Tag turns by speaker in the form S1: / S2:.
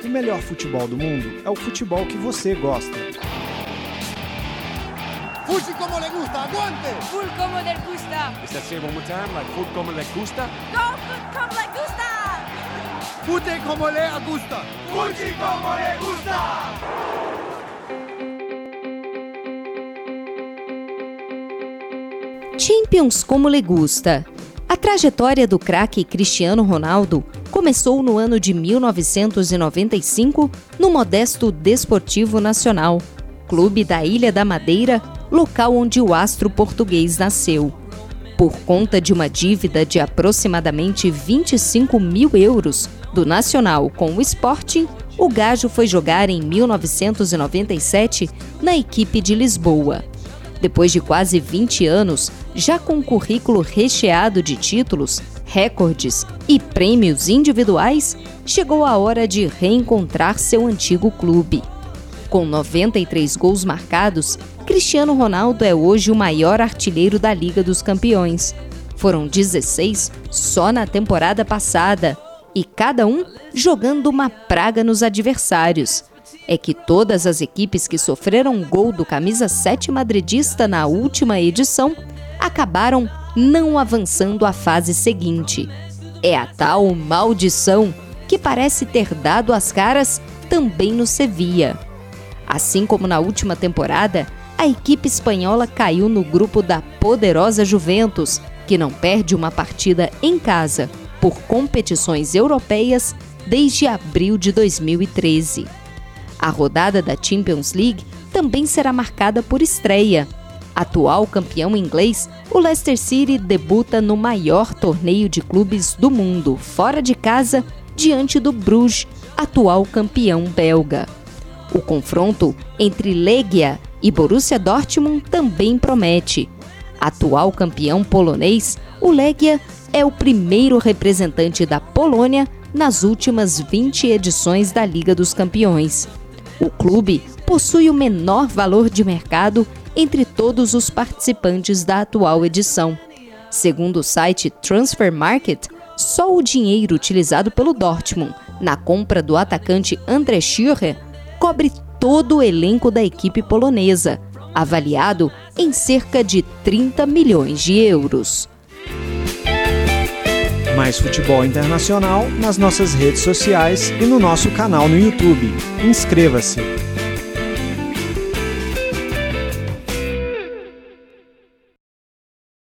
S1: o melhor futebol do mundo é o futebol que você gosta.
S2: Fute como le gusta, aguante!
S3: Full como le gusta.
S4: Is that say one more time, like food como le gusta?
S3: Go food como le gusta.
S2: Fute como le gusta!
S5: Fute como le gusta!
S6: Champions como le gusta. A trajetória do craque Cristiano Ronaldo começou no ano de 1995 no modesto Desportivo Nacional, clube da Ilha da Madeira, local onde o astro português nasceu. Por conta de uma dívida de aproximadamente 25 mil euros do Nacional com o Sporting, o Gajo foi jogar em 1997 na equipe de Lisboa. Depois de quase 20 anos, já com um currículo recheado de títulos, recordes e prêmios individuais, chegou a hora de reencontrar seu antigo clube. Com 93 gols marcados, Cristiano Ronaldo é hoje o maior artilheiro da Liga dos Campeões. Foram 16 só na temporada passada, e cada um jogando uma praga nos adversários. É que todas as equipes que sofreram um gol do camisa 7 madridista na última edição acabaram não avançando à fase seguinte. É a tal maldição que parece ter dado as caras também no Sevilla. Assim como na última temporada, a equipe espanhola caiu no grupo da poderosa Juventus, que não perde uma partida em casa por competições europeias desde abril de 2013. A rodada da Champions League também será marcada por estreia. Atual campeão inglês, o Leicester City debuta no maior torneio de clubes do mundo, fora de casa, diante do Bruges, atual campeão belga. O confronto entre Legia e Borussia Dortmund também promete. Atual campeão polonês, o Legia é o primeiro representante da Polônia nas últimas 20 edições da Liga dos Campeões. O clube possui o menor valor de mercado entre todos os participantes da atual edição. Segundo o site Transfer Market, só o dinheiro utilizado pelo Dortmund na compra do atacante André Schürrle cobre todo o elenco da equipe polonesa, avaliado em cerca de 30 milhões de euros.
S1: Mais futebol internacional nas nossas redes sociais e no nosso canal no YouTube. Inscreva-se!